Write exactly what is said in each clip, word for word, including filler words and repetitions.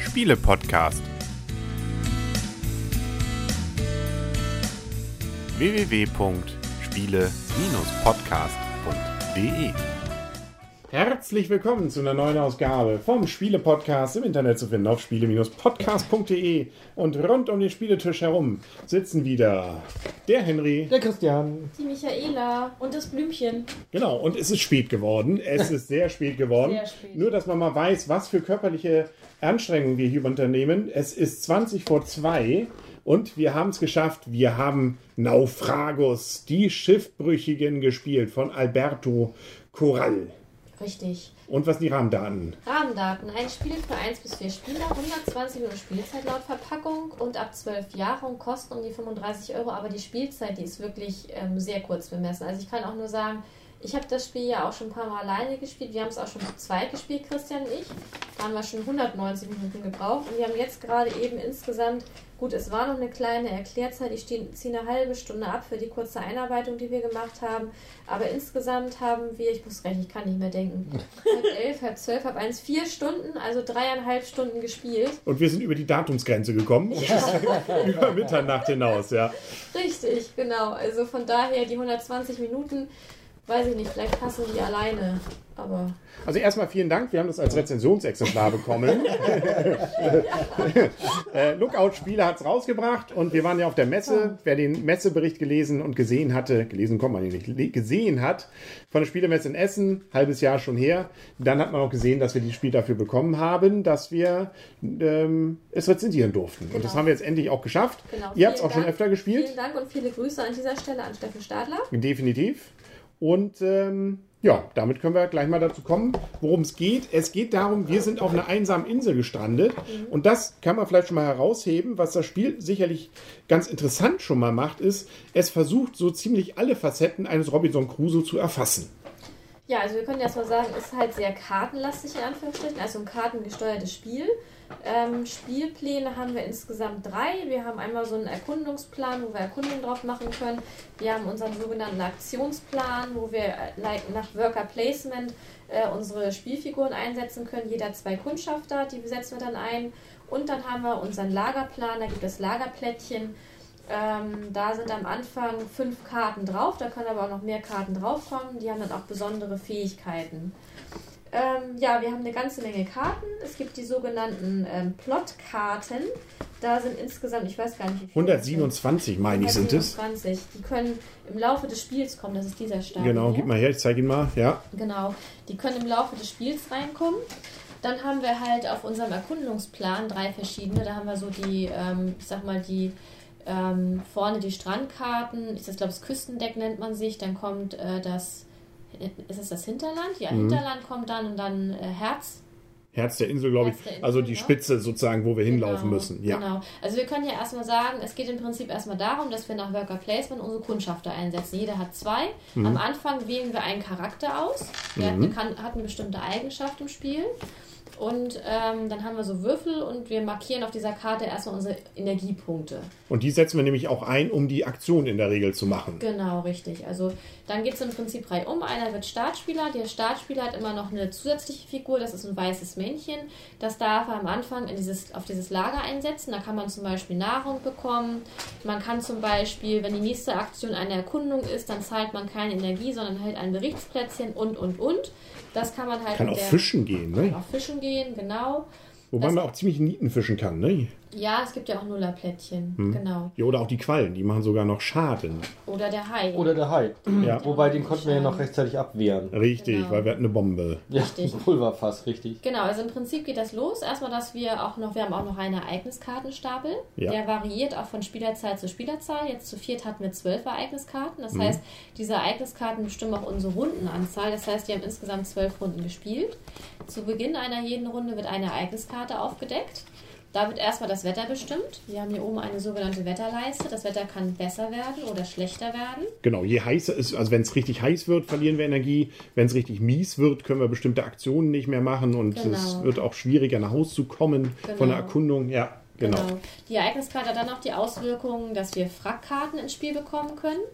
Spiele-Podcast. w w w punkt spiele Bindestrich podcast punkt d e Herzlich willkommen zu einer neuen Ausgabe vom Spiele-Podcast im Internet zu finden auf spiele Bindestrich podcast punkt d e. Und rund um den Spieletisch herum sitzen wieder der Henry, der Christian, die Michaela und das Blümchen. Genau, und es ist spät geworden. Es ist sehr spät geworden. Sehr spät. Nur, dass man mal weiß, was für körperliche Anstrengungen wir hier unternehmen. Es ist zwanzig vor zwei und wir haben es geschafft. Wir haben Naufragus, die Schiffbrüchigen, gespielt von Alberto Corral. Richtig. Und was sind die Rahmendaten? Rahmendaten. Ein Spiel für eins bis vier Spieler, hundertzwanzig Minuten Spielzeit laut Verpackung und ab zwölf Jahre und kosten um die fünfunddreißig Euro. Aber die Spielzeit, die ist wirklich ähm, sehr kurz bemessen. Also ich kann auch nur sagen, ich habe das Spiel ja auch schon ein paar Mal alleine gespielt. Wir haben es auch schon zu zweit gespielt, Christian und ich. Da haben wir schon hundertneunzig Minuten gebraucht. Und wir haben jetzt gerade eben insgesamt, gut, es war noch eine kleine Erklärzeit. Ich ziehe eine halbe Stunde ab für die kurze Einarbeitung, die wir gemacht haben. Aber insgesamt haben wir, ich muss rechnen, ich kann nicht mehr denken, halb elf, halb zwölf, halb eins, vier Stunden, also dreieinhalb Stunden gespielt. Und wir sind über die Datumsgrenze gekommen. Ja. Über Mitternacht hinaus, ja. Richtig, genau. Also von daher die hundertzwanzig Minuten, weiß ich nicht, vielleicht passen die alleine, aber... Also erstmal vielen Dank, wir haben das als Rezensionsexemplar bekommen. äh, Lookout-Spiele hat es rausgebracht und wir waren ja auf der Messe. Wer den Messebericht gelesen und gesehen hatte, gelesen kommt man hier nicht, gesehen hat, von der Spielemesse in Essen, halbes Jahr schon her, dann hat man auch gesehen, dass wir die Spiel dafür bekommen haben, dass wir ähm, es rezensieren durften. Genau. Und das haben wir jetzt endlich auch geschafft. Genau. Ihr habt es auch Dank, schon öfter gespielt. Vielen Dank und viele Grüße an dieser Stelle an Steffen Stadler. Definitiv. Und ähm, ja, damit können wir gleich mal dazu kommen, worum es geht. Es geht darum, wir sind auf einer einsamen Insel gestrandet. Mhm. Und das kann man vielleicht schon mal herausheben. Was das Spiel sicherlich ganz interessant schon mal macht, ist, es versucht so ziemlich alle Facetten eines Robinson Crusoe zu erfassen. Ja, also wir können erst mal sagen, es ist halt sehr kartenlastig in Anführungsstrichen, also ein kartengesteuertes Spiel. Ähm, Spielpläne haben wir insgesamt drei. Wir haben einmal so einen Erkundungsplan, wo wir Erkundungen drauf machen können. Wir haben unseren sogenannten Aktionsplan, wo wir nach Worker Placement äh, unsere Spielfiguren einsetzen können. Jeder zwei Kundschafter, die setzen wir dann ein. Und dann haben wir unseren Lagerplan, da gibt es Lagerplättchen. Ähm, da sind am Anfang fünf Karten drauf, da können aber auch noch mehr Karten draufkommen. Die haben dann auch besondere Fähigkeiten. Ähm, ja, wir haben eine ganze Menge Karten. Es gibt die sogenannten ähm, Plotkarten. Da sind insgesamt, ich weiß gar nicht, wie viele. hundertsiebenundzwanzig, meine ich, sind es. hundertsiebenundzwanzig. Die können im Laufe des Spiels kommen. Das ist dieser Stapel. Genau, gib mal her, ich zeige ihn mal. Ja. Genau, die können im Laufe des Spiels reinkommen. Dann haben wir halt auf unserem Erkundungsplan drei verschiedene. Da haben wir so die, ähm, ich sag mal, die ähm, vorne die Strandkarten. Ich glaube, das Küstendeck nennt man sich. Dann kommt äh, das Ist es das Hinterland? Ja, mhm. Hinterland kommt dann und dann äh, Herz. Herz der Insel, glaube ich. Insel, also die Spitze sozusagen, wo wir genau, hinlaufen müssen. Ja. Genau. Also wir können ja erstmal sagen, es geht im Prinzip erstmal darum, dass wir nach Worker Placement unsere Kundschafter einsetzen. Jeder hat zwei. Mhm. Am Anfang wählen wir einen Charakter aus. Der mhm. kann, hat eine bestimmte Eigenschaft im Spiel. Und ähm, dann haben wir so Würfel und wir markieren auf dieser Karte erstmal unsere Energiepunkte. Und die setzen wir nämlich auch ein, um die Aktion in der Regel zu machen. Genau, richtig. Also dann geht es im Prinzip reihum. Einer wird Startspieler. Der Startspieler hat immer noch eine zusätzliche Figur, das ist ein weißes Männchen. Das darf er am Anfang in dieses, auf dieses Lager einsetzen. Da kann man zum Beispiel Nahrung bekommen. Man kann zum Beispiel, wenn die nächste Aktion eine Erkundung ist, dann zahlt man keine Energie, sondern halt ein Berichtsplätzchen und, und, und. Das kann man halt... Kann auch der, fischen gehen, ne? Kann auch fischen gehen, genau. Wobei das, man auch ziemlich Nieten fischen kann, ne? Ja, es gibt ja auch Nullerplättchen, hm. genau. Ja, oder auch die Quallen, die machen sogar noch Schaden. Oder der Hai. Oder der Hai. Ja. Wobei, den konnten wir ja noch rechtzeitig abwehren. Richtig, genau. Weil wir hatten eine Bombe. Ja, richtig. Pulverfass, richtig. Genau, also im Prinzip geht das los. Erstmal, dass wir auch noch, wir haben auch noch einen Ereigniskartenstapel. Ja. Der variiert auch von Spielerzahl zu Spielerzahl. Jetzt zu viert hatten wir zwölf Ereigniskarten. Das mhm. heißt, diese Ereigniskarten bestimmen auch unsere Rundenanzahl. Das heißt, wir haben insgesamt zwölf Runden gespielt. Zu Beginn einer jeden Runde wird eine Ereigniskarte aufgedeckt. Da wird erstmal das Wetter bestimmt. Wir haben hier oben eine sogenannte Wetterleiste. Das Wetter kann besser werden oder schlechter werden. Genau, je heißer es ist, also wenn es richtig heiß wird, verlieren wir Energie. Wenn es richtig mies wird, können wir bestimmte Aktionen nicht mehr machen und genau. Es wird auch schwieriger nach Hause zu kommen genau. von der Erkundung. Ja, genau. genau. Die Ereigniskarte hat dann auch die Auswirkung, dass wir Frackkarten ins Spiel bekommen können.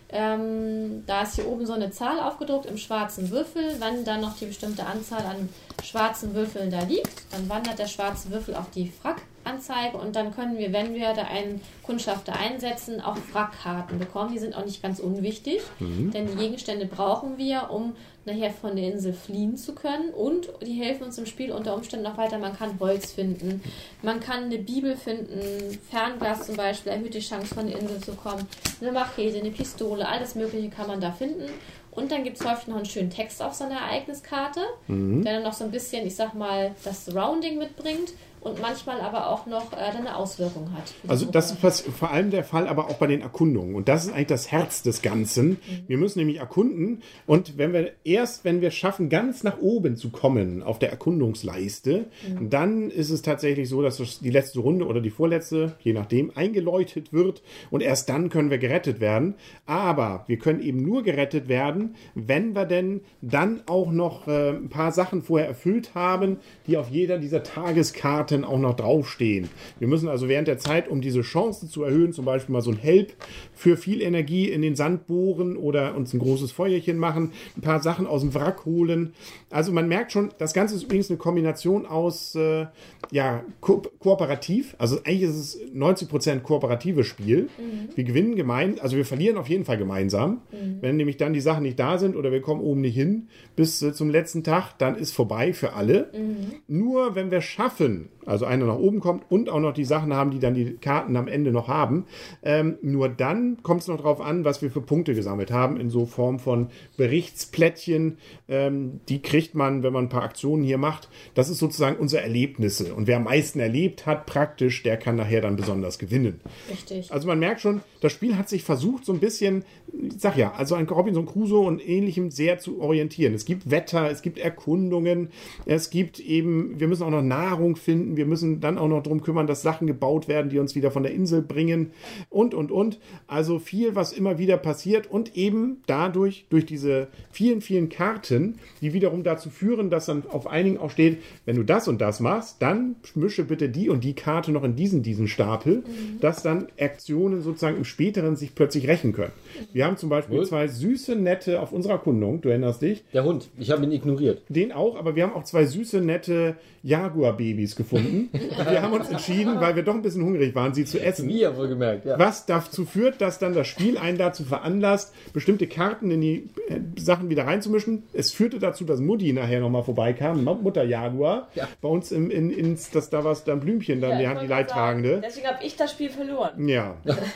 Ähm, da ist hier oben so eine Zahl aufgedruckt im schwarzen Würfel. Wenn dann noch die bestimmte Anzahl an schwarzen Würfeln da liegt, dann wandert der schwarze Würfel auf die Wrackanzeige und dann können wir, wenn wir da einen Kundschafter einsetzen, auch Wrackkarten bekommen. Die sind auch nicht ganz unwichtig, mhm. denn die Gegenstände brauchen wir, um nachher von der Insel fliehen zu können und die helfen uns im Spiel unter Umständen noch weiter. Man kann Holz finden, man kann eine Bibel finden, Fernglas zum Beispiel, erhöht die Chance von der Insel zu kommen, eine Machete, eine Pistole, alles Mögliche kann man da finden. Und dann gibt es häufig noch einen schönen Text auf so einer Ereigniskarte, mhm. der dann noch so ein bisschen, ich sag mal, das Surrounding mitbringt und manchmal aber auch noch äh, eine Auswirkung hat. Also das ist was, vor allem der Fall aber auch bei den Erkundungen. Und das ist eigentlich das Herz des Ganzen. Mhm. Wir müssen nämlich erkunden. Und wenn wir erst, wenn wir schaffen, ganz nach oben zu kommen auf der Erkundungsleiste, mhm. dann ist es tatsächlich so, dass die letzte Runde oder die vorletzte, je nachdem, eingeläutet wird. Und erst dann können wir gerettet werden. Aber wir können eben nur gerettet werden, wenn wir denn dann auch noch äh, ein paar Sachen vorher erfüllt haben, die auf jeder dieser Tageskarten auch noch draufstehen. Wir müssen also während der Zeit, um diese Chancen zu erhöhen, zum Beispiel mal so ein Help für viel Energie in den Sand bohren oder uns ein großes Feuerchen machen, ein paar Sachen aus dem Wrack holen. Also man merkt schon, das Ganze ist übrigens eine Kombination aus äh, ja, ko- kooperativ, also eigentlich ist es neunzig Prozent kooperatives Spiel. Mhm. Wir gewinnen gemeinsam, also wir verlieren auf jeden Fall gemeinsam. Mhm. Wenn nämlich dann die Sachen nicht da sind oder wir kommen oben nicht hin bis äh, zum letzten Tag, dann ist vorbei für alle. Mhm. Nur wenn wir schaffen, also einer nach oben kommt und auch noch die Sachen haben, die dann die Karten am Ende noch haben. Ähm, nur dann kommt es noch darauf an, was wir für Punkte gesammelt haben, in so Form von Berichtsplättchen. Ähm, die kriegt man, wenn man ein paar Aktionen hier macht. Das ist sozusagen unsere Erlebnisse. Und wer am meisten erlebt hat, praktisch, der kann nachher dann besonders gewinnen. Richtig. Also man merkt schon, das Spiel hat sich versucht, so ein bisschen, ich sag ja, also an Robinson Crusoe und Ähnlichem sehr zu orientieren. Es gibt Wetter, es gibt Erkundungen, es gibt eben, wir müssen auch noch Nahrung finden, wir müssen dann auch noch darum kümmern, dass Sachen gebaut werden, die uns wieder von der Insel bringen und, und, und. Also viel, was immer wieder passiert und eben dadurch, durch diese vielen, vielen Karten, die wiederum dazu führen, dass dann auf einigen auch steht, wenn du das und das machst, dann mische bitte die und die Karte noch in diesen, diesen Stapel, mhm. dass dann Aktionen sozusagen im Späteren sich plötzlich rächen können. Wir haben zum Beispiel Gut. zwei süße, nette auf unserer Erkundung, du erinnerst dich? Der Hund, ich habe ihn ignoriert. Den auch, aber wir haben auch zwei süße, nette Jaguar-Babys gefunden. Wir haben uns entschieden, weil wir doch ein bisschen hungrig waren, sie zu essen. Wie ja wohl gemerkt, ja. Was dazu führt, dass dann das Spiel einen dazu veranlasst, bestimmte Karten in die äh, Sachen wieder reinzumischen. Es führte dazu, dass Mutti nachher nochmal vorbeikam, Mutter Jaguar, ja. bei uns im, in, ins, dass da was, da ein Blümchen dann, ja, die, die Leidtragende. Deswegen habe ich das Spiel verloren. Ja,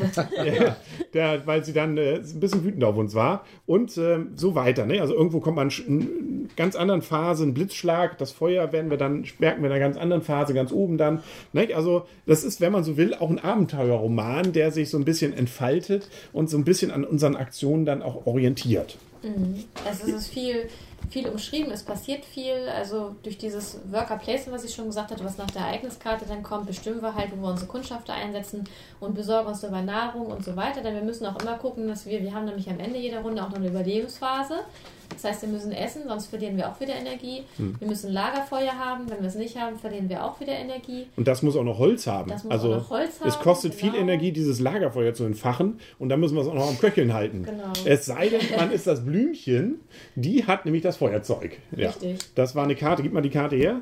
ja der, weil sie dann äh, ein bisschen wütend auf uns war und äh, so weiter. Ne? Also irgendwo kommt man in ganz anderen Phase, ein Blitzschlag, das Feuer werden wir dann, merken wir in einer ganz anderen Phase, ganz oben dann. Ne? Also das ist, wenn man so will, auch ein Abenteuerroman, der sich so ein bisschen entfaltet und so ein bisschen an unseren Aktionen dann auch orientiert. Mhm. Also es ist viel, viel umschrieben, es passiert viel, also durch dieses Worker Placement, was ich schon gesagt hatte, was nach der Ereigniskarte dann kommt, bestimmen wir halt, wo wir unsere Kundschafter einsetzen und besorgen uns dabei Nahrung und so weiter, denn wir müssen auch immer gucken, dass wir, wir haben nämlich am Ende jeder Runde auch noch eine Überlebensphase. Das heißt, wir müssen essen, sonst verlieren wir auch wieder Energie. Hm. Wir müssen Lagerfeuer haben. Wenn wir es nicht haben, verlieren wir auch wieder Energie. Und das muss auch noch Holz haben. Das muss also auch noch Holz haben. Es kostet genau. viel Energie, dieses Lagerfeuer zu entfachen. Und dann müssen wir es auch noch am Köcheln halten. Genau. Es sei denn, man ist das Blümchen. Die hat nämlich das Feuerzeug. Ja. Richtig. Das war eine Karte. Gib mal die Karte her.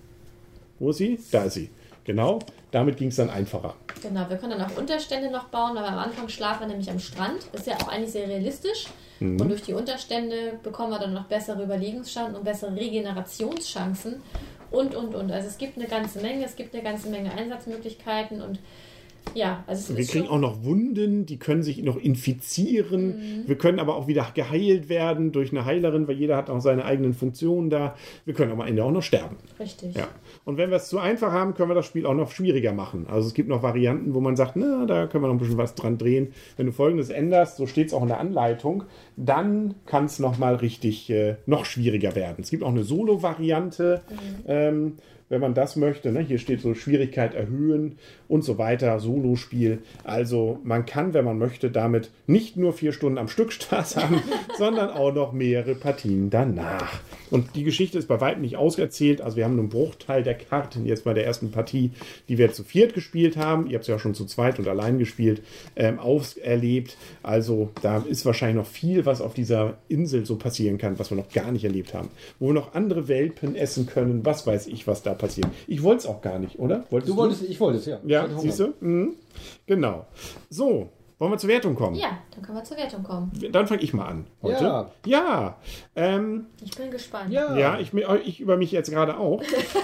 Wo ist sie? Da ist sie. Genau. Damit ging es dann einfacher. Genau, wir können dann auch Unterstände noch bauen, weil am Anfang schlafen wir nämlich am Strand. Ist ja auch eigentlich sehr realistisch. Mhm. Und durch die Unterstände bekommen wir dann noch bessere Überlegungschancen und bessere Regenerationschancen und, und, und. Also es gibt eine ganze Menge, es gibt eine ganze Menge Einsatzmöglichkeiten und ja, also es wir ist kriegen auch noch Wunden, die können sich noch infizieren. Mhm. Wir können aber auch wieder geheilt werden durch eine Heilerin, weil jeder hat auch seine eigenen Funktionen da. Wir können am Ende auch noch sterben. Richtig. Ja. Und wenn wir es zu einfach haben, können wir das Spiel auch noch schwieriger machen. Also es gibt noch Varianten, wo man sagt, na, da können wir noch ein bisschen was dran drehen. Wenn du Folgendes änderst, so steht es auch in der Anleitung, dann kann es nochmal richtig äh, noch schwieriger werden. Es gibt auch eine Solo-Variante, mhm. ähm, wenn man das möchte. Ne? Hier steht so Schwierigkeit erhöhen und so weiter, Solospiel. Also man kann, wenn man möchte, damit nicht nur vier Stunden am Stück Spaß haben, sondern auch noch mehrere Partien danach. Und die Geschichte ist bei weitem nicht auserzählt. Also wir haben einen Bruchteil der Karten jetzt bei der ersten Partie, die wir zu viert gespielt haben. Ihr habt es ja auch schon zu zweit und allein gespielt, ähm, auserlebt. Also da ist wahrscheinlich noch viel, was auf dieser Insel so passieren kann, was wir noch gar nicht erlebt haben. Wo wir noch andere Welpen essen können, was weiß ich, was da passiert. Ich wollte es auch gar nicht, oder? Wolltest du wolltest, ich wollte es, ja. Ja, siehst du? Mhm. Genau. So, wollen wir zur Wertung kommen? Ja, dann können wir zur Wertung kommen. Dann fange ich mal an heute. Ja. Ja. Ähm, ich bin gespannt. Ja, ja ich, ich über mich jetzt gerade auch.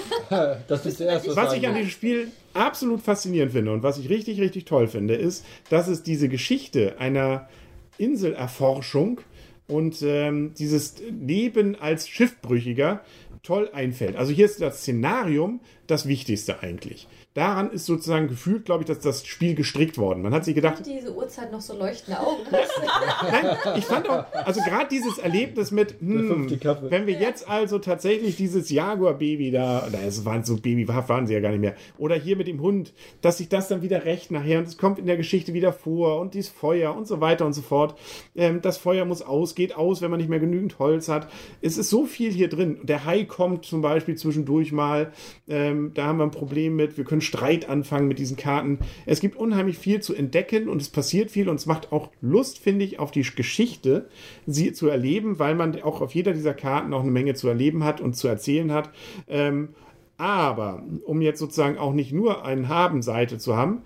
Das ist der erste. Was ich an diesem Spiel absolut faszinierend finde und was ich richtig, richtig toll finde, ist, dass es diese Geschichte einer Inselerforschung und ähm, dieses Leben als Schiffbrüchiger toll einfällt. Also hier ist das Szenarium das Wichtigste eigentlich. Daran ist sozusagen gefühlt, glaube ich, dass das Spiel gestrickt worden. Man hat sich gedacht... Diese Uhrzeit noch so leuchtende Augen. Nein, ich fand auch, also gerade dieses Erlebnis mit, hm, wenn wir jetzt also tatsächlich dieses Jaguar-Baby da, oder es waren so babyhaft, waren sie ja gar nicht mehr, oder hier mit dem Hund, dass sich das dann wieder rächt nachher und es kommt in der Geschichte wieder vor und dieses Feuer und so weiter und so fort. Ähm, das Feuer muss aus, geht aus, wenn man nicht mehr genügend Holz hat. Es ist so viel hier drin. Der Hai kommt zum Beispiel zwischendurch mal, ähm, da haben wir ein Problem mit, wir können Streit anfangen mit diesen Karten. Es gibt unheimlich viel zu entdecken und es passiert viel und es macht auch Lust, finde ich, auf die Geschichte, sie zu erleben, weil man auch auf jeder dieser Karten auch eine Menge zu erleben hat und zu erzählen hat. Ähm, aber, um jetzt sozusagen auch nicht nur eine Haben-Seite zu haben,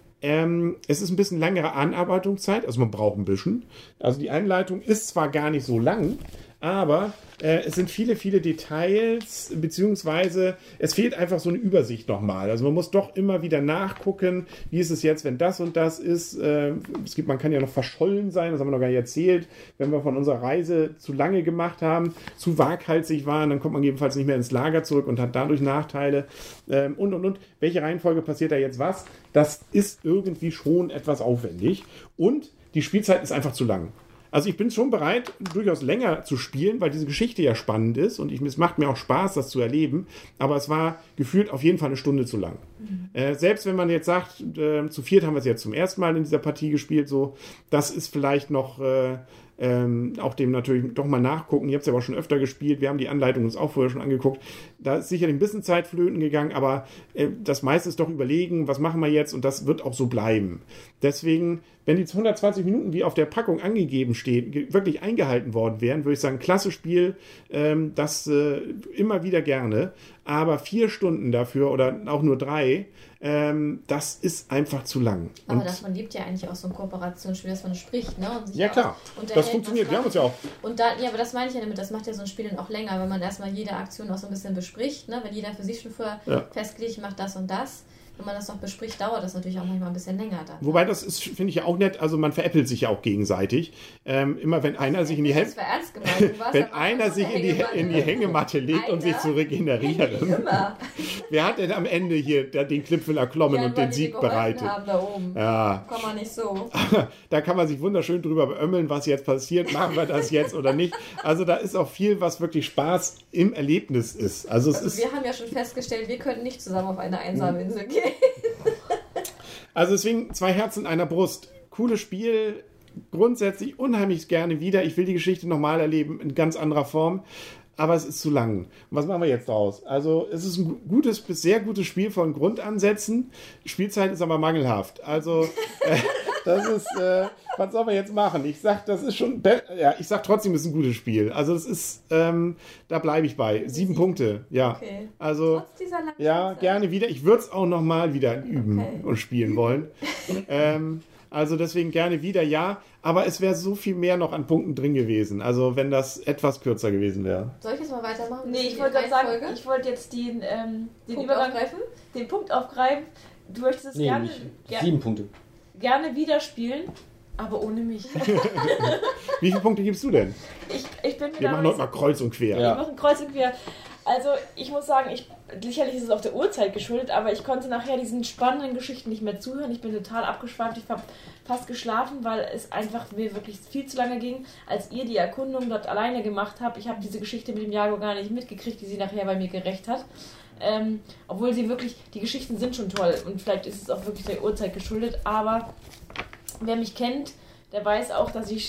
Ähm, es ist ein bisschen längere Anarbeitungszeit, also man braucht ein bisschen. Also die Einleitung ist zwar gar nicht so lang, aber äh, es sind viele, viele Details, beziehungsweise es fehlt einfach so eine Übersicht nochmal. Also man muss doch immer wieder nachgucken, wie ist es jetzt, wenn das und das ist. Äh, es gibt, man kann ja noch verschollen sein, das haben wir noch gar nicht erzählt. Wenn wir von unserer Reise zu lange gemacht haben, zu waghalsig waren, dann kommt man jedenfalls nicht mehr ins Lager zurück und hat dadurch Nachteile. Ähm, und, und, und. Welche Reihenfolge passiert da jetzt was? Das ist irgendwie schon etwas aufwendig. Und die Spielzeit ist einfach zu lang. Also ich bin schon bereit, durchaus länger zu spielen, weil diese Geschichte ja spannend ist und ich, es macht mir auch Spaß, das zu erleben. Aber es war gefühlt auf jeden Fall eine Stunde zu lang. Mhm. Äh, selbst wenn man jetzt sagt, äh, zu viert haben wir es jetzt zum ersten Mal in dieser Partie gespielt, so, das ist vielleicht noch... Äh, Ähm, auch dem natürlich doch mal nachgucken. Ihr habt es ja aber schon öfter gespielt. Wir haben die Anleitung uns auch vorher schon angeguckt. Da ist sicher ein bisschen Zeit flöten gegangen, aber äh, das meiste ist doch überlegen, was machen wir jetzt? Und das wird auch so bleiben. Deswegen, wenn die hundertzwanzig Minuten, wie auf der Packung angegeben steht, wirklich eingehalten worden wären, würde ich sagen, klasse Spiel, ähm, das äh, immer wieder gerne. Aber vier Stunden dafür oder auch nur drei, ähm, das ist einfach zu lang. Aber und davon lebt ja eigentlich auch so ein Kooperationsspiel, dass man spricht, ne? Und sich ja klar, das funktioniert, wir haben uns ja auch. Und da, ja, aber das meine ich ja damit, das macht ja so ein Spiel dann auch länger, wenn man erstmal jede Aktion auch so ein bisschen bespricht, ne? Wenn jeder für sich schon vorher ja. festgelegt macht das und das. Wenn man das noch bespricht, dauert das natürlich auch manchmal ein bisschen länger dann. Wobei, das ist, finde ich ja auch nett, also man veräppelt sich ja auch gegenseitig. Ähm, immer wenn einer sich in die Hände... wenn einer sich in die, in die Hängematte legt einer? und sich zu regenerieren. Immer. Wer hat denn am Ende hier den Klipfel erklommen ja, und den Sieg bereitet? Haben da oben. Ja. Kann man nicht so. Da kann man sich wunderschön drüber beömmeln, was jetzt passiert. Machen wir das jetzt oder nicht? Also da ist auch viel, was wirklich Spaß im Erlebnis ist. Also, es also ist wir haben ja schon festgestellt, wir könnten nicht zusammen auf eine einsame Insel gehen. Also deswegen zwei Herzen in einer Brust. Cooles Spiel, grundsätzlich unheimlich gerne wieder. Ich will die Geschichte nochmal erleben in ganz anderer Form. Aber es ist zu lang. Und was machen wir jetzt draus? Also es ist ein gutes bis sehr gutes Spiel von Grundansätzen. Die Spielzeit ist aber mangelhaft. Also äh, das ist, äh, was soll man jetzt machen? Ich sag, das ist schon, ja, ich sag trotzdem, es ist ein gutes Spiel. Also es ist, ähm, da bleibe ich bei. Sieben Sie? Punkte, ja. Okay. Also ja, gerne wieder. Ich würde es auch nochmal wieder üben okay. und spielen wollen. ähm, Also deswegen gerne wieder ja, aber es wäre so viel mehr noch an Punkten drin gewesen. Also wenn das etwas kürzer gewesen wäre. Soll ich jetzt mal weitermachen? Nee, ich wollte gerade sagen, ich wollte jetzt den, ähm, den Punkt Übergang, aufgreifen. Den Punkt aufgreifen. Du möchtest es nee, gerne, ger- sieben Punkte. gerne wieder spielen, aber ohne mich. Wie viele Punkte gibst du denn? Ich, ich bin Wir machen heute mal kreuz und quer. Ja. Wir machen kreuz und quer. Also ich muss sagen, ich, sicherlich ist es auch der Uhrzeit geschuldet, aber ich konnte nachher diesen spannenden Geschichten nicht mehr zuhören. Ich bin total abgeschweift, ich habe fast geschlafen, weil es einfach mir wirklich viel zu lange ging, als ihr die Erkundung dort alleine gemacht habt. Ich habe diese Geschichte mit dem Jago gar nicht mitgekriegt, die sie nachher bei mir gerecht hat. Ähm, obwohl sie wirklich, die Geschichten sind schon toll und vielleicht ist es auch wirklich der Uhrzeit geschuldet, aber wer mich kennt, der weiß auch, dass ich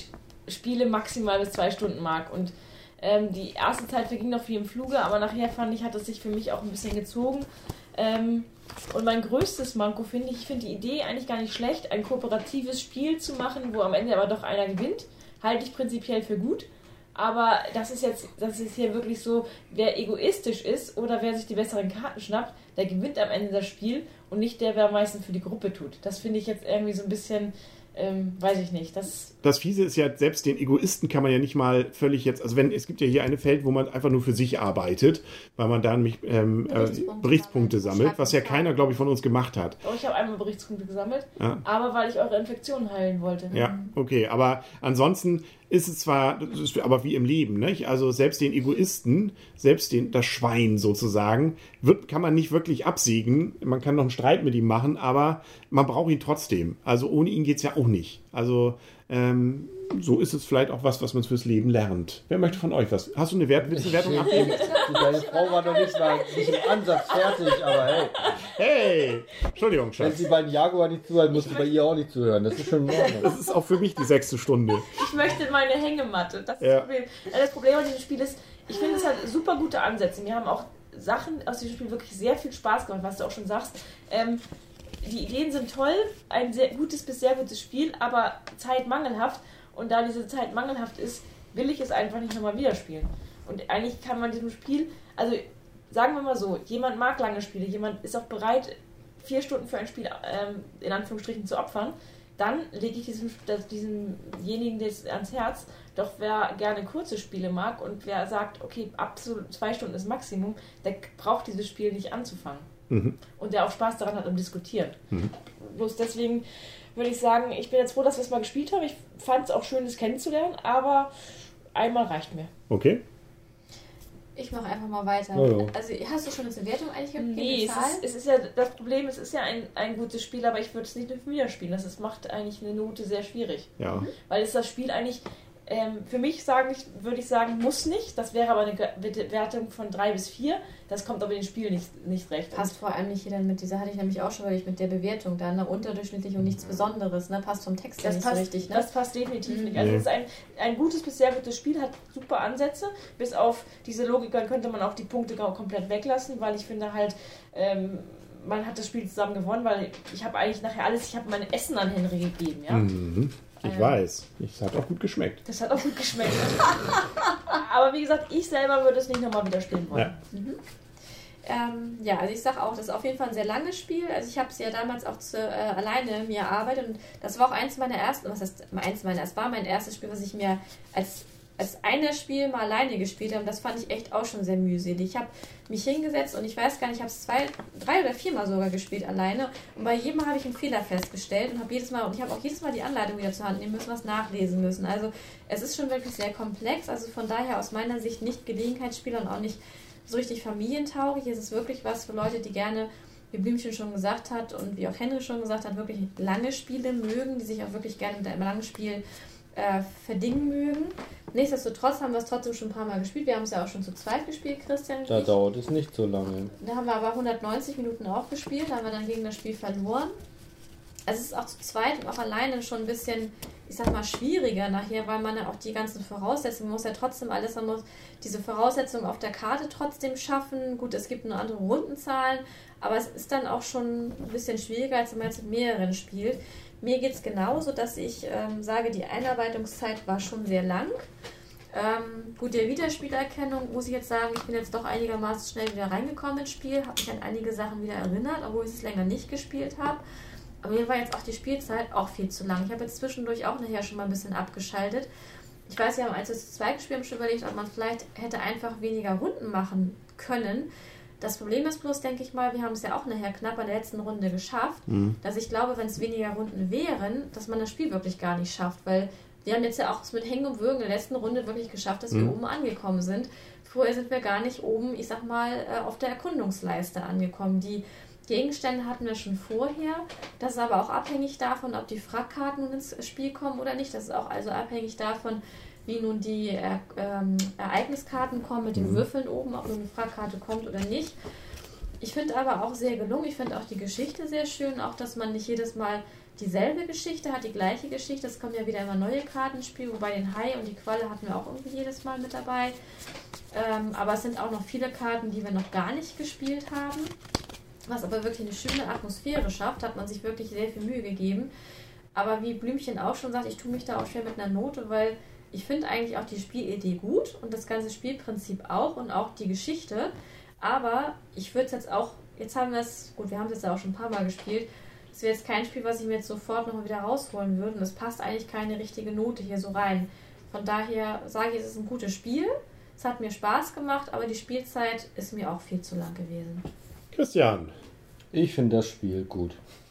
Spiele maximal bis zwei Stunden mag. Und ähm, die erste Zeit verging noch wie im Fluge, aber nachher fand ich, hat es sich für mich auch ein bisschen gezogen. Ähm, und mein größtes Manko finde ich, ich finde die Idee eigentlich gar nicht schlecht, ein kooperatives Spiel zu machen, wo am Ende aber doch einer gewinnt, halte ich prinzipiell für gut. Aber das ist jetzt, das ist hier wirklich so, wer egoistisch ist oder wer sich die besseren Karten schnappt, der gewinnt am Ende das Spiel und nicht der, wer am meisten für die Gruppe tut. Das finde ich jetzt irgendwie so ein bisschen, ähm, weiß ich nicht. Das, das Fiese ist ja, selbst den Egoisten kann man ja nicht mal völlig jetzt, also wenn, es gibt ja hier eine Feld, wo man einfach nur für sich arbeitet, weil man dann ähm, Berichtspunkte, äh, Berichtspunkte sammelt, was ja keiner, glaube ich, von uns gemacht hat. Oh, ich habe einmal Berichtspunkte gesammelt, ja. aber weil ich eure Infektionen heilen wollte. Ja, okay, aber ansonsten ist es zwar, das ist aber wie im Leben, nicht? Also selbst den Egoisten, selbst den, das Schwein sozusagen, wird, kann man nicht wirklich absiegen. Man kann noch einen Streit mit ihm machen, aber man braucht ihn trotzdem. Also ohne ihn geht es ja auch nicht. Also ähm, so ist es vielleicht auch was, was man fürs Leben lernt. Wer möchte von euch was? Hast du eine, Wert, willst du eine Wertung abgeben? Deine Frau war noch nicht mal nicht im Ansatz fertig, aber hey. Hey! Entschuldigung, Schatz. Wenn sie bei den Jaguar nicht zuhört, musst du bei ihr auch nicht zuhören. Das ist schon in Ordnung. Das ist auch für mich die sechste Stunde. Ich möchte meine Hängematte. Das ist ja. das Problem. Das Problem an diesem Spiel ist, ich finde es halt super gute Ansätze. Wir haben auch Sachen aus diesem Spiel wirklich sehr viel Spaß gemacht, was du auch schon sagst. Ähm, die Ideen sind toll, ein sehr gutes bis sehr gutes Spiel, aber zeitmangelhaft. Und da diese Zeit mangelhaft ist, will ich es einfach nicht nochmal wieder spielen. Und eigentlich kann man diesem Spiel, also sagen wir mal so, jemand mag lange Spiele, jemand ist auch bereit, vier Stunden für ein Spiel ähm, in Anführungsstrichen zu opfern, dann lege ich diesem, diesemjenigen das ans Herz. Doch wer gerne kurze Spiele mag und wer sagt, okay, absolut zwei Stunden ist Maximum, der braucht dieses Spiel nicht anzufangen. Mhm. Und der auch Spaß daran hat am Diskutieren. Mhm. Bloß deswegen würde ich sagen, ich bin jetzt froh, dass wir es mal gespielt haben. Ich fand es auch schön, das kennenzulernen, aber einmal reicht mir. Okay. Ich mache einfach mal weiter. Oh, ja. Also hast du schon eine Wertung eigentlich gegeben? Nee, es ist, es ist ja das Problem, es ist ja ein, ein gutes Spiel, aber ich würde es nicht mit mir spielen. Das ist, macht eigentlich eine Note sehr schwierig. Ja. Weil es das Spiel eigentlich, ähm, für mich sagen, ich, würde ich sagen, muss nicht. Das wäre aber eine Wertung von drei bis vier. Das kommt aber dem Spiel nicht, nicht recht. Passt vor allem nicht hier dann mit dieser, hatte ich nämlich auch schon, weil ich mit der Bewertung da, ne, unterdurchschnittlich und nichts Besonderes, ne, passt vom Text ja das nicht passt, so richtig, ne? Das passt definitiv Mhm. nicht. Also Nee. es ist ein, ein gutes bis sehr gutes Spiel, hat super Ansätze. Bis auf diese Logik könnte man auch die Punkte komplett weglassen, weil ich finde halt, ähm, man hat das Spiel zusammen gewonnen, weil ich habe eigentlich nachher alles, ich habe mein Essen an Henry gegeben, ja. Mhm. Ich Ähm, weiß. Es hat auch gut geschmeckt. Das hat auch gut geschmeckt. Aber wie gesagt, ich selber würde es nicht nochmal wieder spielen wollen. Ja. Mhm. Ähm, ja, also ich sage auch, das ist auf jeden Fall ein sehr langes Spiel. Also ich habe es ja damals auch zu, äh, alleine mir erarbeitet und das war auch eins meiner ersten, was heißt eins meiner, es war mein erstes Spiel, was ich mir als, als eines Spiel mal alleine gespielt habe. Das fand ich echt auch schon sehr mühselig. Ich habe mich hingesetzt und ich weiß gar nicht, ich habe es zwei, drei oder viermal sogar gespielt alleine und bei jedem Mal habe ich einen Fehler festgestellt und habe jedes Mal, und ich habe auch jedes Mal die Anleitung wieder zur Hand nehmen müssen, was nachlesen müssen. Also es ist schon wirklich sehr komplex, also von daher aus meiner Sicht nicht Gelegenheitsspiel und auch nicht so richtig familientauglich. Es ist wirklich was für Leute, die gerne, wie Blümchen schon gesagt hat und wie auch Henry schon gesagt hat, wirklich lange Spiele mögen, die sich auch wirklich gerne mit einem langen Spiel äh, verdingen mögen. Nichtsdestotrotz haben wir es trotzdem schon ein paar Mal gespielt. Wir haben es ja auch schon zu zweit gespielt, Christian und Da ich. dauert es nicht so lange. Da haben wir aber hundertneunzig Minuten auch gespielt, da haben wir dann gegen das Spiel verloren. Also es ist auch zu zweit und auch alleine schon ein bisschen, ich sag mal, schwieriger nachher, weil man ja auch die ganzen Voraussetzungen, man muss ja trotzdem alles, man muss diese Voraussetzungen auf der Karte trotzdem schaffen. Gut, es gibt nur andere Rundenzahlen, aber es ist dann auch schon ein bisschen schwieriger, als wenn man jetzt mit mehreren spielt. Mir geht es genauso, dass ich ähm, sage, die Einarbeitungszeit war schon sehr lang. Ähm, gut, der Wiederspielerkennung muss ich jetzt sagen, ich bin jetzt doch einigermaßen schnell wieder reingekommen ins Spiel, habe mich an einige Sachen wieder erinnert, obwohl ich es länger nicht gespielt habe. Aber mir war jetzt auch die Spielzeit auch viel zu lang. Ich habe jetzt zwischendurch auch nachher schon mal ein bisschen abgeschaltet. Ich weiß, wir haben eins zu zwei gespielt, haben schon überlegt, ob man vielleicht hätte einfach weniger Runden machen können. Das Problem ist bloß, denke ich mal, wir haben es ja auch nachher knapp an der letzten Runde geschafft, mhm. dass ich glaube, wenn es weniger Runden wären, dass man das Spiel wirklich gar nicht schafft, weil wir haben jetzt ja auch mit Hängen und Würgen in der letzten Runde wirklich geschafft, dass mhm. wir oben angekommen sind. Vorher sind wir gar nicht oben, ich sag mal, auf der Erkundungsleiste angekommen. Die Gegenstände hatten wir schon vorher. Das ist aber auch abhängig davon, ob die Frackkarten nun ins Spiel kommen oder nicht. Das ist auch also abhängig davon, wie nun die äh, ähm, Ereigniskarten kommen mit den Würfeln oben, ob nun eine Frackkarte kommt oder nicht. Ich finde aber auch sehr gelungen. Ich finde auch die Geschichte sehr schön. Auch, dass man nicht jedes Mal dieselbe Geschichte, hat die gleiche Geschichte. Es kommen ja wieder immer neue Kartenspiele, wobei den Hai und die Qualle hatten wir auch irgendwie jedes Mal mit dabei. Ähm, aber es sind auch noch viele Karten, die wir noch gar nicht gespielt haben. Was aber wirklich eine schöne Atmosphäre schafft, hat man sich wirklich sehr viel Mühe gegeben. Aber wie Blümchen auch schon sagt, ich tue mich da auch schwer mit einer Note, weil ich finde eigentlich auch die Spielidee gut und das ganze Spielprinzip auch und auch die Geschichte. Aber ich würde es jetzt auch, jetzt haben wir es, gut, wir haben es jetzt auch schon ein paar Mal gespielt, es wäre jetzt kein Spiel, was ich mir jetzt sofort nochmal wieder rausholen würde und es passt eigentlich keine richtige Note hier so rein. Von daher sage ich, es ist ein gutes Spiel, es hat mir Spaß gemacht, aber die Spielzeit ist mir auch viel zu lang gewesen. Christian. Ich finde das Spiel gut.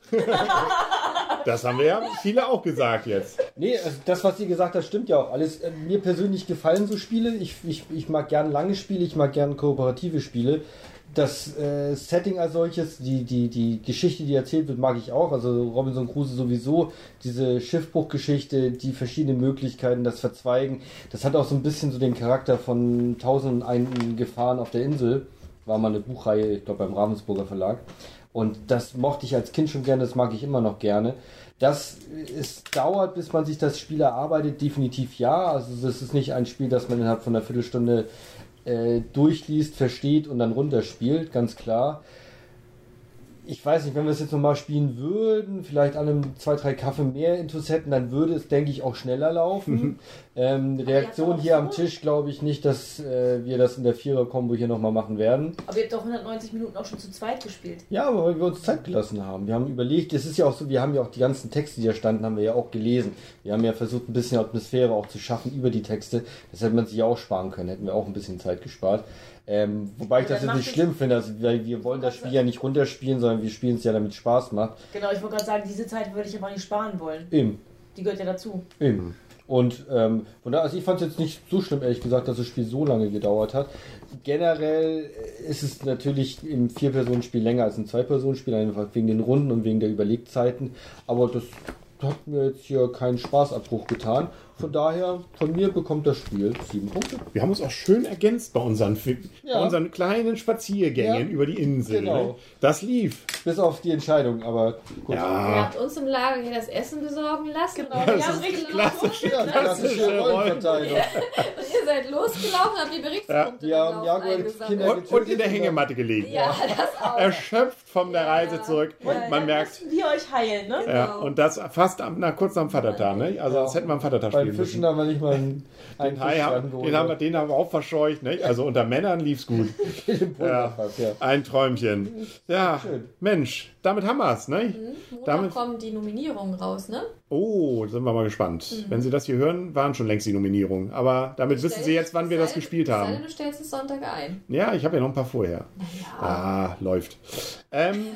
Das haben wir ja viele auch gesagt jetzt. Nee, also das, was ihr gesagt habt, stimmt ja auch alles. Äh, Mir persönlich gefallen so Spiele. Ich, ich, ich mag gern lange Spiele, ich mag gern kooperative Spiele. Das äh, Setting als solches, die, die, die Geschichte, die erzählt wird, mag ich auch. Also Robinson Crusoe sowieso, diese Schiffbruchgeschichte, die verschiedenen Möglichkeiten, das Verzweigen. Das hat auch so ein bisschen so den Charakter von Tausend und einen Gefahren auf der Insel. War mal eine Buchreihe, ich glaube beim Ravensburger Verlag. Und das mochte ich als Kind schon gerne, das mag ich immer noch gerne. Das es dauert, bis man sich das Spiel erarbeitet, definitiv ja. Also das ist nicht ein Spiel, das man innerhalb von einer Viertelstunde äh, durchliest, versteht und dann runterspielt, ganz klar. Ich weiß nicht, wenn wir es jetzt nochmal spielen würden, vielleicht an einem zwei, drei Kaffee mehr Intus hätten, dann würde es, denke ich, auch schneller laufen. ähm, Reaktion hier am Tisch glaube ich nicht, dass äh, wir das in der Vierer-Kombo hier nochmal machen werden. Aber ihr habt doch hundertneunzig Minuten auch schon zu zweit gespielt. Ja, aber weil wir uns Zeit gelassen haben. Wir haben überlegt, es ist ja auch so, wir haben ja auch die ganzen Texte, die da standen, haben wir ja auch gelesen. Wir haben ja versucht, ein bisschen Atmosphäre auch zu schaffen über die Texte. Das hätte man sich ja auch sparen können, hätten wir auch ein bisschen Zeit gespart. Ähm, wobei ich das jetzt nicht schlimm finde, also, weil wir wollen das Spiel ja nicht runterspielen, sondern wir spielen es ja, damit es Spaß macht. Genau, ich wollte gerade sagen, diese Zeit würde ich aber nicht sparen wollen. Eben. Die gehört ja dazu. Eben. Und ähm, von daher, also ich fand es jetzt nicht so schlimm, ehrlich gesagt, dass das Spiel so lange gedauert hat. Generell ist es natürlich im Vier-Personen-Spiel länger als ein Zwei-Personen-Spiel, einfach wegen den Runden und wegen der Überlegzeiten. Aber das hat mir jetzt hier keinen Spaßabbruch getan. Von daher, von mir bekommt das Spiel sieben Punkte. Wir haben uns auch schön ergänzt bei unseren, Ja. bei unseren kleinen Spaziergängen Ja. über die Insel. Genau. Ne? Das lief. Bis auf die Entscheidung, aber gut. Ihr Ja, habt uns im Lager hier das Essen besorgen lassen. Genau, und wir das haben ist richtig klassisch. Ja, klassische Rollenverteilung. Und ihr seid losgelaufen, habt die Berichtspunkte Ja, beim ja, Laufen gut, eingesammelt. Kinder- und, und in der Hängematte gelegen. Ja, das auch. Erschöpft von der Ja. Reise zurück. Ja, ja. Man merkt, Müssen wir euch heilen, ne? ja, Genau. und das fast am, na, kurz am Vatertag. Ne? Also das hätten wir am Vatertag Beim spielen Fischen müssen. haben wir nicht mal einen, einen Den, Hai Fisch haben, rangeholt. den, haben wir, den haben wir auch verscheucht. Ne? Also unter Männern lief's gut. Den Pulverfass, ja. Ein Träumchen. Ja, Schön. Mensch, damit haben wir's. Ne? Montag Damit- kommen die Nominierungen raus, ne? Oh, sind wir mal gespannt. Mhm. Wenn Sie das hier hören, waren schon längst die Nominierungen. Aber damit wissen Sie jetzt, wann wir das gespielt Sei denn, haben. Du stellst es Sonntag ein. Ja, ich habe ja noch ein paar vorher. Ja. Ah, läuft. Ähm,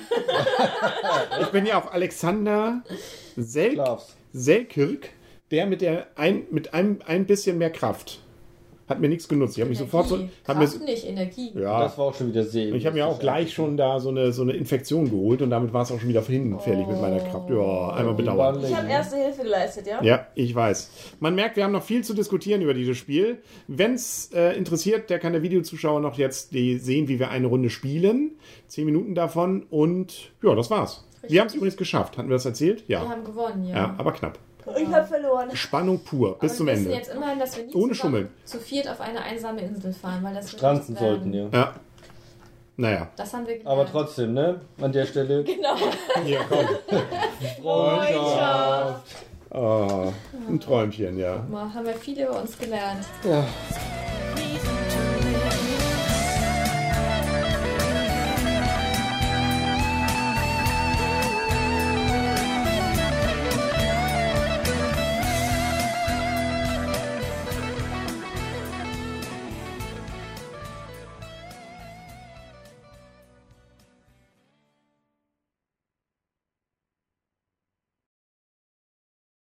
ich bin ja auch Alexander Selk, Schlaf's. Selkirk, der mit der ein, mit einem ein bisschen mehr Kraft. Hat mir nichts genutzt. Ich habe mich sofort so. Hab mir, Kraft nicht, Energie. ja, Das war auch schon wieder sehr. ich habe mir auch gleich schon da so eine, so eine Infektion geholt und damit war es auch schon wieder hinfällig mit meiner Kraft. Ja, einmal bedauert. Ich habe erste Hilfe geleistet, ja? Ja, ich weiß. Man merkt, wir haben noch viel zu diskutieren über dieses Spiel. Wenn es äh, interessiert, der kann der Videozuschauer noch jetzt die sehen, wie wir eine Runde spielen. Zehn Minuten davon und ja, das war's. Richtig. Wir haben es übrigens geschafft. Hatten wir das erzählt? Ja. Wir haben gewonnen, ja. Ja, aber knapp. Ich habe verloren. Spannung pur, bis Aber zum wir wissen Ende. jetzt immerhin, dass wir nie Ohne zusammen Schummeln. zu viert auf eine einsame Insel fahren, weil das wird Stranzen nichts werden. sollten, ja. Ja. Naja. Das haben wir gelernt. Aber trotzdem, ne? An der Stelle. Genau. Hier, komm. Freundschaft. Oh, ein Träumchen, ja. Mal, haben wir viel über uns gelernt. Ja.